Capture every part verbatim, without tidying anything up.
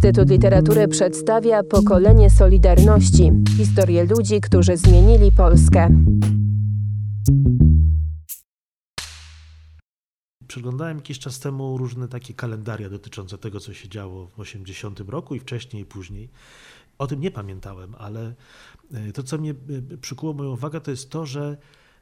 Instytut Literatury przedstawia Pokolenie Solidarności. Historię ludzi, którzy zmienili Polskę. Przeglądałem jakiś czas temu różne takie kalendaria dotyczące tego, co się działo w osiemdziesiątym roku i wcześniej i później. O tym nie pamiętałem, ale to, co mnie przykuło moją uwagę, to jest to, że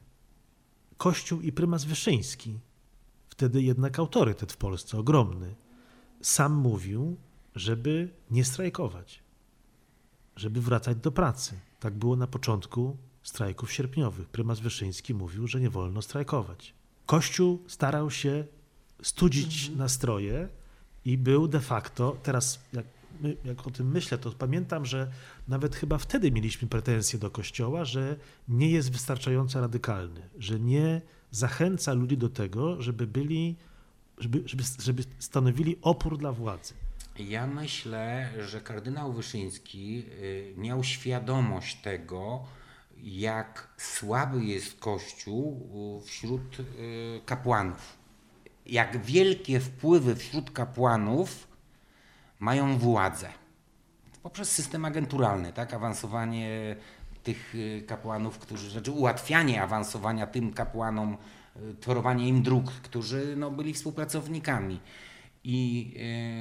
Kościół i prymas Wyszyński, wtedy jednak autorytet w Polsce ogromny, sam mówił, żeby nie strajkować, żeby wracać do pracy. Tak było na początku strajków sierpniowych. Prymas Wyszyński mówił, że nie wolno strajkować. Kościół starał się studzić mhm. nastroje i był de facto, teraz jak, jak o tym myślę, to pamiętam, że nawet chyba wtedy mieliśmy pretensje do Kościoła, że nie jest wystarczająco radykalny, że nie zachęca ludzi do tego, żeby byli, żeby, żeby, żeby stanowili opór dla władzy. Ja myślę, że kardynał Wyszyński miał świadomość tego, jak słaby jest Kościół wśród kapłanów. Jak wielkie wpływy wśród kapłanów mają władzę. Poprzez system agenturalny, tak? Awansowanie tych kapłanów, którzy, znaczy ułatwianie awansowania tym kapłanom, torowanie im dróg, którzy no, byli współpracownikami. I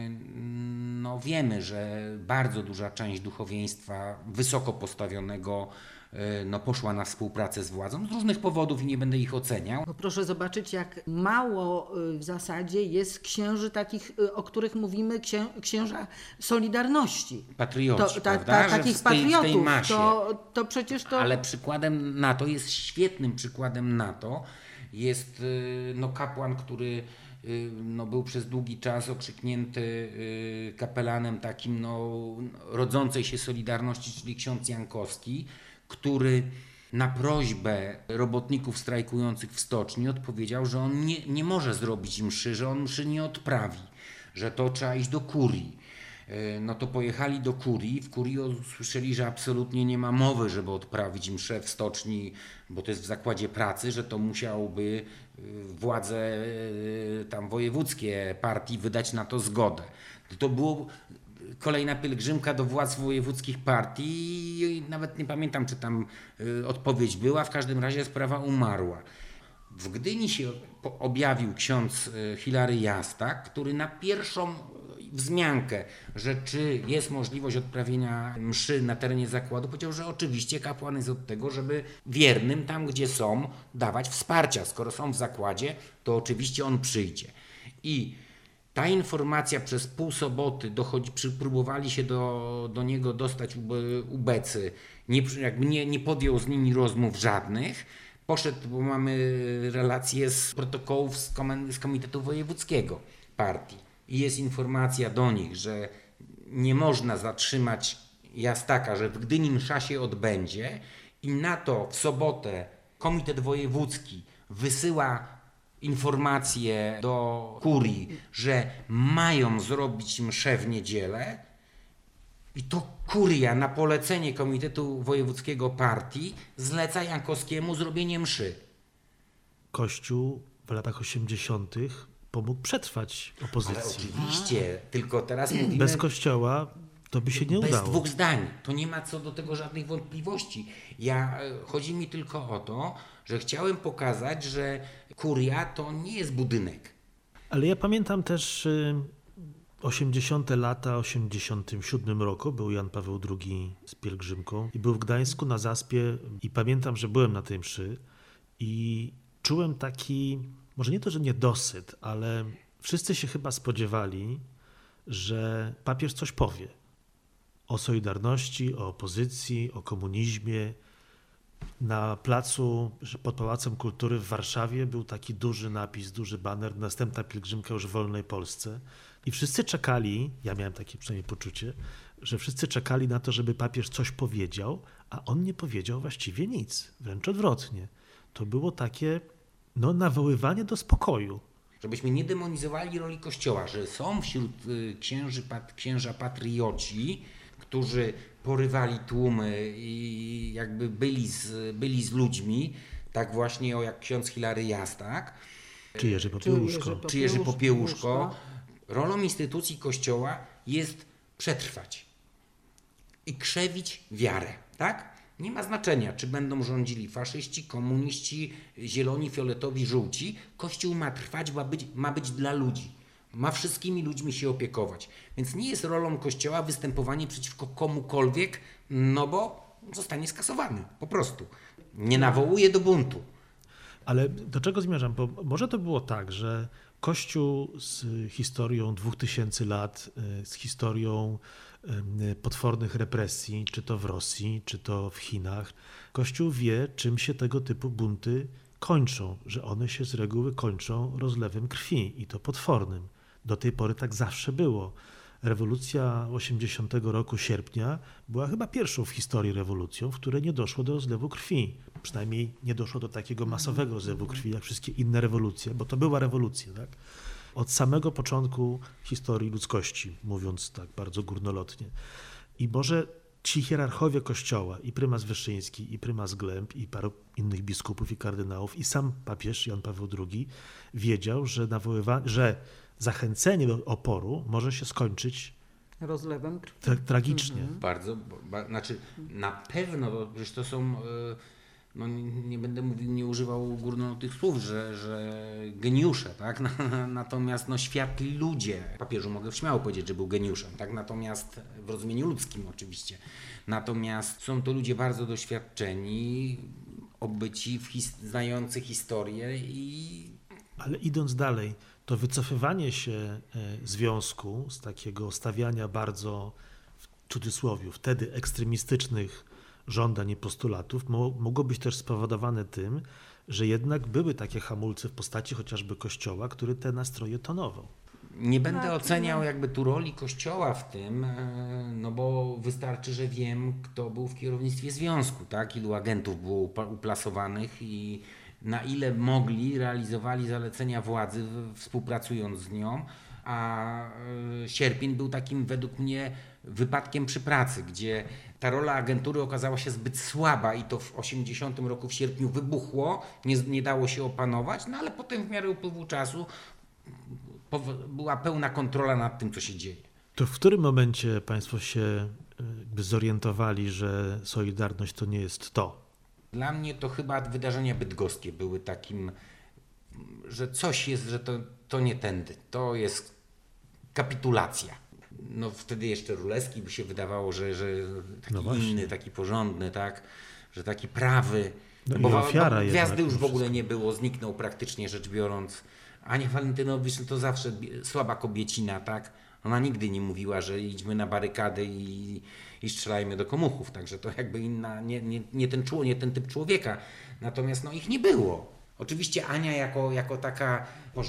no, wiemy, że bardzo duża część duchowieństwa wysoko postawionego no, poszła na współpracę z władzą z różnych powodów i nie będę ich oceniał. No proszę zobaczyć, jak mało w zasadzie jest księży takich, o których mówimy, księ, księża Solidarności. Patrioci, to, ta, prawda? ta, takich w tej, patriotów. w tej masie. To, to przecież to... Ale przykładem na to, jest świetnym przykładem na to, jest no, kapłan, który no, był przez długi czas okrzyknięty kapelanem takim no, rodzącej się Solidarności, czyli ksiądz Jankowski, który na prośbę robotników strajkujących w stoczni odpowiedział, że on nie, nie może zrobić mszy, że on mszy nie odprawi, że to trzeba iść do kurii. No to pojechali do kurii, w kurii usłyszeli, że absolutnie nie ma mowy, żeby odprawić mszę w stoczni, bo to jest w zakładzie pracy, że to musiałoby władze tam wojewódzkie partii wydać na to zgodę. To było kolejna pielgrzymka do władz wojewódzkich partii i nawet nie pamiętam, czy tam odpowiedź była, w każdym razie sprawa umarła. W Gdyni się objawił ksiądz Hilary Jastak, który na pierwszą wzmiankę, że czy jest możliwość odprawienia mszy na terenie zakładu, powiedział, że oczywiście kapłan jest od tego, żeby wiernym tam, gdzie są, dawać wsparcia. Skoro są w zakładzie, to oczywiście on przyjdzie. I ta informacja przez pół soboty dochodzi, próbowali się do, do niego dostać ubecy, nie, jakby nie, nie podjął z nimi rozmów żadnych. Poszedł, bo mamy relacje z protokołów z, komend- z Komitetu Wojewódzkiego partii. I jest informacja do nich, że nie można zatrzymać Jastaka, że w Gdyni msza się odbędzie i na to w sobotę Komitet Wojewódzki wysyła informację do kurii, że mają zrobić mszę w niedzielę i to kuria na polecenie Komitetu Wojewódzkiego partii zleca Jankowskiemu zrobienie mszy. Kościół w latach osiemdziesiątych pomógł przetrwać opozycji. Ale oczywiście, tylko teraz mówimy... Bez Kościoła to by się nie bez udało. Bez dwóch zdań. To nie ma co do tego żadnych wątpliwości. Ja, chodzi mi tylko o to, że chciałem pokazać, że kuria to nie jest budynek. Ale ja pamiętam też osiemdziesiąte lata, osiemdziesiątym siódmym roku był Jan Paweł drugi z pielgrzymką i był w Gdańsku na Zaspie i pamiętam, że byłem na tej mszy i czułem taki, może nie to, że niedosyt, ale wszyscy się chyba spodziewali, że papież coś powie o Solidarności, o opozycji, o komunizmie. Na placu pod Pałacem Kultury w Warszawie był taki duży napis, duży baner, następna pielgrzymka już w wolnej Polsce. I wszyscy czekali, ja miałem takie przynajmniej poczucie, że wszyscy czekali na to, żeby papież coś powiedział, a on nie powiedział właściwie nic, wręcz odwrotnie. To było takie no, nawoływanie do spokoju. Żebyśmy nie demonizowali roli Kościoła, że są wśród księży, pat, księża patrioci, którzy porywali tłumy i jakby byli z, byli z ludźmi, tak właśnie o jak ksiądz Hilary Jastak, czy Jerzy Popiełuszko. Czy Jerzy Popiełuszko. Rolą instytucji Kościoła jest przetrwać i krzewić wiarę, tak? Nie ma znaczenia, czy będą rządzili faszyści, komuniści, zieloni, fioletowi, żółci. Kościół ma trwać, ma być, ma być dla ludzi. Ma wszystkimi ludźmi się opiekować. Więc nie jest rolą Kościoła występowanie przeciwko komukolwiek, no bo zostanie skasowany, po prostu. Nie nawołuje do buntu. Ale do czego zmierzam? Bo może to było tak, że Kościół z historią dwóch tysięcy lat, z historią potwornych represji, czy to w Rosji, czy to w Chinach, Kościół wie, czym się tego typu bunty kończą, że one się z reguły kończą rozlewem krwi i to potwornym. Do tej pory tak zawsze było. Rewolucja osiemdziesiątego roku sierpnia była chyba pierwszą w historii rewolucją, w której nie doszło do rozlewu krwi. Przynajmniej nie doszło do takiego masowego rozlewu krwi, jak wszystkie inne rewolucje, bo to była rewolucja, tak? Od samego początku historii ludzkości, mówiąc tak bardzo górnolotnie. I może ci hierarchowie Kościoła, i prymas Wyszyński, i prymas Gleb, i paru innych biskupów i kardynałów, i sam papież Jan Paweł drugi wiedział, że, nawoływa- że zachęcenie do oporu może się skończyć Rozlewem krwi. tra- tragicznie. Bardzo, ba, znaczy na pewno, bo przecież to są, no nie, nie będę mówił, nie używał górnolotnych słów, że, że geniusze, tak? Natomiast no światli ludzie, papieżu mogę śmiało powiedzieć, że był geniuszem, tak? Natomiast w rozumieniu ludzkim oczywiście. Natomiast są to ludzie bardzo doświadczeni, obyci, w his- znający historię i... Ale idąc dalej, to wycofywanie się e, związku z takiego stawiania bardzo, w cudzysłowie, wtedy ekstremistycznych żądań i postulatów mo- mogło być też spowodowane tym, że jednak były takie hamulce w postaci chociażby Kościoła, który te nastroje tonował. Nie będę Tak, oceniał no. jakby tu roli Kościoła w tym, e, no bo wystarczy, że wiem, kto był w kierownictwie związku, tak? Ilu agentów było upa- uplasowanych i na ile mogli, realizowali zalecenia władzy w- współpracując z nią, a e, sierpień był takim według mnie wypadkiem przy pracy, gdzie ta rola agentury okazała się zbyt słaba i to w osiemdziesiątym roku w sierpniu wybuchło, nie, nie dało się opanować, no ale potem w miarę upływu czasu pow- była pełna kontrola nad tym, co się dzieje. To w którym momencie państwo się e, jakby zorientowali, że Solidarność to nie jest to? Dla mnie to chyba wydarzenia bydgoskie były takim, że coś jest, że to, to nie tędy, to jest kapitulacja. No wtedy jeszcze Ruleski by się wydawało, że, że taki No właśnie. inny, taki porządny, tak, że taki prawy. No i bo ofiara bo jednak gwiazdy już w mimo ogóle wszystko. nie było, zniknął praktycznie rzecz biorąc. Ania Walentynowicz no to zawsze bie- słaba kobiecina, tak? Ona nigdy nie mówiła, że idźmy na barykady i, i strzelajmy do komuchów, także to jakby inna, nie, nie, nie, ten, czło- nie ten typ człowieka. Natomiast no ich nie było. Oczywiście Ania jako, jako taka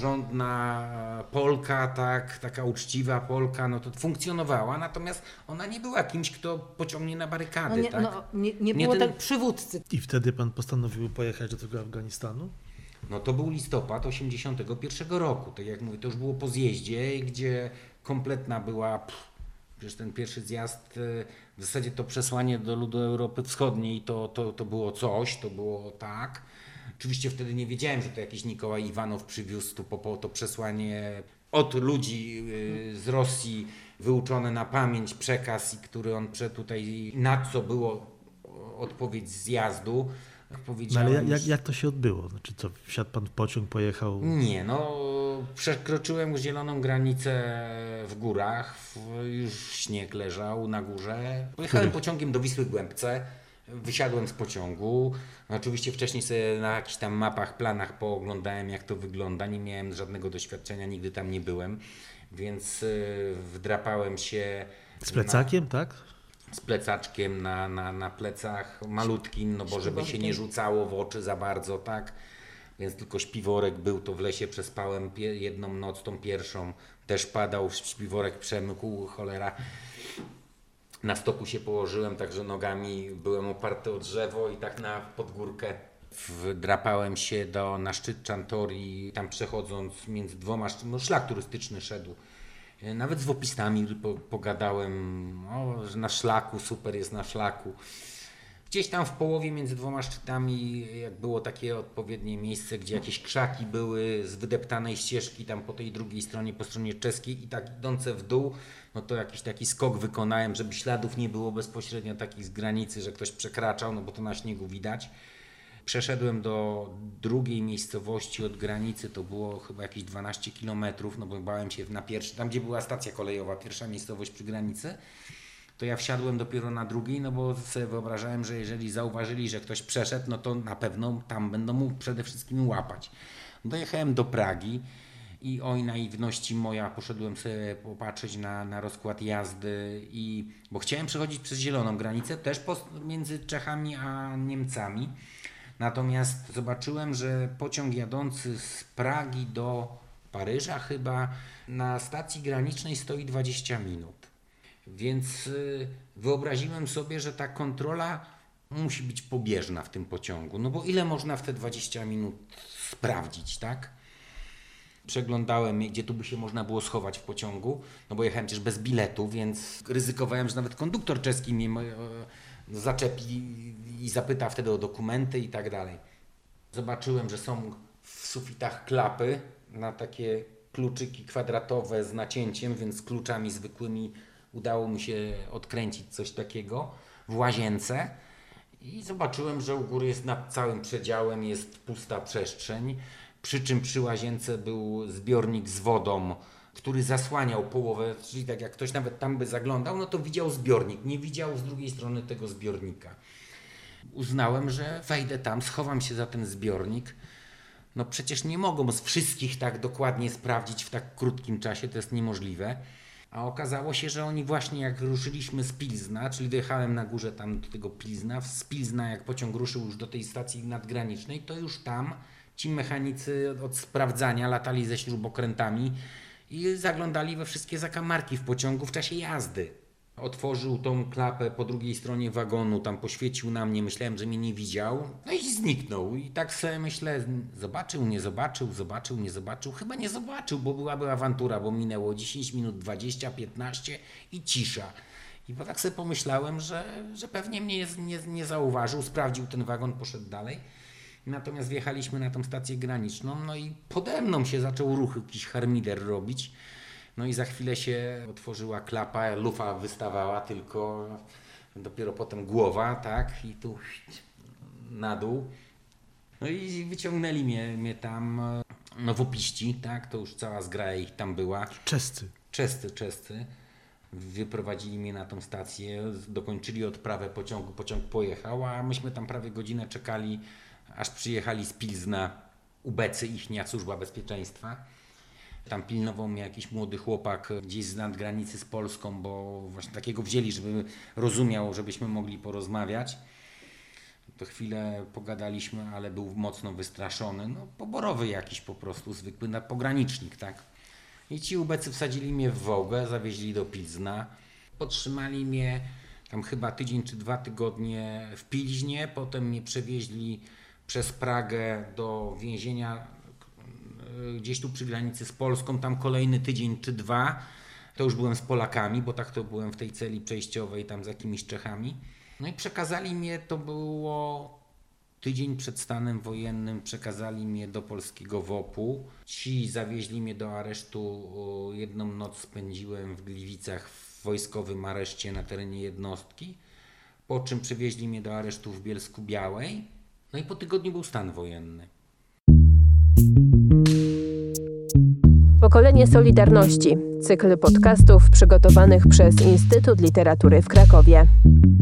porządna Polka, tak, taka uczciwa Polka, no to funkcjonowała, natomiast ona nie była kimś, kto pociągnie na No barykady, nie, tak? no, nie, nie Nie było ten- tak przywódcy. I wtedy pan postanowił pojechać do tego Afganistanu? No to był listopad osiemdziesiątego pierwszego roku, tak jak mówię, to już było po zjeździe, gdzie kompletna była, pff, przecież ten pierwszy zjazd, e, w zasadzie to przesłanie do ludu Europy Wschodniej to, to, to było coś, to było tak. Oczywiście wtedy nie wiedziałem, że to jakiś Nikołaj Iwanow przywiózł tu po, po to przesłanie od ludzi y, z Rosji, wyuczone na pamięć przekaz, i który on przed tutaj, na co było odpowiedź z zjazdu. Jak No powiedziałem, ale jak, jak, jak to się odbyło? Znaczy co, wsiadł pan w pociąg, pojechał? Nie, no przekroczyłem zieloną granicę w górach, w, już śnieg leżał na górze. Pojechałem Których? pociągiem do Wisły Głębce, wysiadłem z pociągu. Oczywiście wcześniej sobie na jakichś tam mapach, planach pooglądałem, jak to wygląda. Nie miałem żadnego doświadczenia, nigdy tam nie byłem, więc y, wdrapałem się Z plecakiem, tak? z plecaczkiem na, na, na plecach, malutkim, no bo żeby się nie rzucało w oczy za bardzo, tak? Więc tylko śpiworek był, to w lesie przespałem pie- jedną noc, tą pierwszą, deszcz padał, śpiworek przemykł, cholera. Na stoku się położyłem, także nogami byłem oparty o drzewo i tak na podgórkę wdrapałem się do, na szczyt Czantori, tam przechodząc między dwoma, szczy- no szlak turystyczny szedł. Nawet z wopisami po, pogadałem, o, że na szlaku, super jest na szlaku. Gdzieś tam w połowie między dwoma szczytami, jak było takie odpowiednie miejsce, gdzie jakieś krzaki były z wydeptanej ścieżki tam po tej drugiej stronie, po stronie czeskiej i tak idące w dół, no to jakiś taki skok wykonałem, żeby śladów nie było bezpośrednio takich z granicy, że ktoś przekraczał, no bo to na śniegu widać. Przeszedłem do drugiej miejscowości od granicy, to było chyba jakieś dwanaście kilometrów, no bo bałem się na pierwszy, tam gdzie była stacja kolejowa, pierwsza miejscowość przy granicy, to ja wsiadłem dopiero na drugiej, no bo sobie wyobrażałem, że jeżeli zauważyli, że ktoś przeszedł, no to na pewno tam będą mu przede wszystkim łapać. Dojechałem do Pragi i oj naiwności moja, poszedłem sobie popatrzeć na, na rozkład jazdy, i bo chciałem przechodzić przez zieloną granicę, też między Czechami a Niemcami. Natomiast zobaczyłem, że pociąg jadący z Pragi do Paryża chyba na stacji granicznej stoi dwadzieścia minut. Więc wyobraziłem sobie, że ta kontrola musi być pobieżna w tym pociągu. No bo ile można w te dwadzieścia minut sprawdzić, tak? Przeglądałem, gdzie tu by się można było schować w pociągu, no bo jechałem też bez biletu, więc ryzykowałem, że nawet konduktor czeski mnie zaczepi i zapyta wtedy o dokumenty i tak dalej. Zobaczyłem, że są w sufitach klapy na takie kluczyki kwadratowe z nacięciem, więc kluczami zwykłymi udało mi się odkręcić coś takiego w łazience i zobaczyłem, że u góry jest nad całym przedziałem jest pusta przestrzeń, przy czym przy łazience był zbiornik z wodą, który zasłaniał połowę, czyli tak jak ktoś nawet tam by zaglądał, no to widział zbiornik, nie widział z drugiej strony tego zbiornika. Uznałem, że wejdę tam, schowam się za ten zbiornik. No przecież nie mogą z wszystkich tak dokładnie sprawdzić w tak krótkim czasie, to jest niemożliwe. A okazało się, że oni właśnie jak ruszyliśmy z Pilzna, czyli dojechałem na górze tam do tego Pilzna, z Pilzna jak pociąg ruszył już do tej stacji nadgranicznej, to już tam ci mechanicy od sprawdzania latali ze śrubokrętami i zaglądali we wszystkie zakamarki w pociągu w czasie jazdy. Otworzył tą klapę po drugiej stronie wagonu, tam poświecił na mnie, myślałem, że mnie nie widział, no i zniknął. I tak sobie myślę, zobaczył, nie zobaczył, zobaczył, nie zobaczył, chyba nie zobaczył, bo byłaby awantura, bo minęło dziesięć minut, dwadzieścia, piętnaście i cisza. I bo tak sobie pomyślałem, że, że pewnie mnie nie, nie zauważył, sprawdził ten wagon, poszedł dalej. Natomiast wjechaliśmy na tą stację graniczną, no i pode mną się zaczął ruch, jakiś harmider robić. No i za chwilę się otworzyła klapa, lufa wystawała tylko, dopiero potem głowa, tak, i tu na dół. No i wyciągnęli mnie, mnie tam nowopiści, tak, to już cała zgraja ich tam była. Czescy. Czescy, czescy. Wyprowadzili mnie na tą stację, dokończyli odprawę pociągu, pociąg pojechał, a myśmy tam prawie godzinę czekali, aż przyjechali z Pilzna ubecy, ichnia służba bezpieczeństwa. Tam pilnował mnie jakiś młody chłopak gdzieś z nadgranicy z Polską, bo właśnie takiego wzięli, żeby rozumiał, żebyśmy mogli porozmawiać. To chwilę pogadaliśmy, ale był mocno wystraszony. No poborowy jakiś po prostu, zwykły na pogranicznik, tak. I ci ubecy wsadzili mnie w Wołgę, zawieźli do Pilzna. Podtrzymali mnie tam chyba tydzień czy dwa tygodnie w Pilźnie, potem mnie przewieźli przez Pragę do więzienia gdzieś tu przy granicy z Polską, tam kolejny tydzień czy dwa, to już byłem z Polakami, bo tak to byłem w tej celi przejściowej tam z jakimiś Czechami. No i przekazali mnie, to było tydzień przed stanem wojennym, przekazali mnie do polskiego W O P-u. Ci zawieźli mnie do aresztu, jedną noc spędziłem w Gliwicach w wojskowym areszcie na terenie jednostki, po czym przewieźli mnie do aresztu w Bielsku-Białej, no i po tygodniu był stan wojenny. Pokolenie Solidarności. Cykl podcastów przygotowanych przez Instytut Literatury w Krakowie.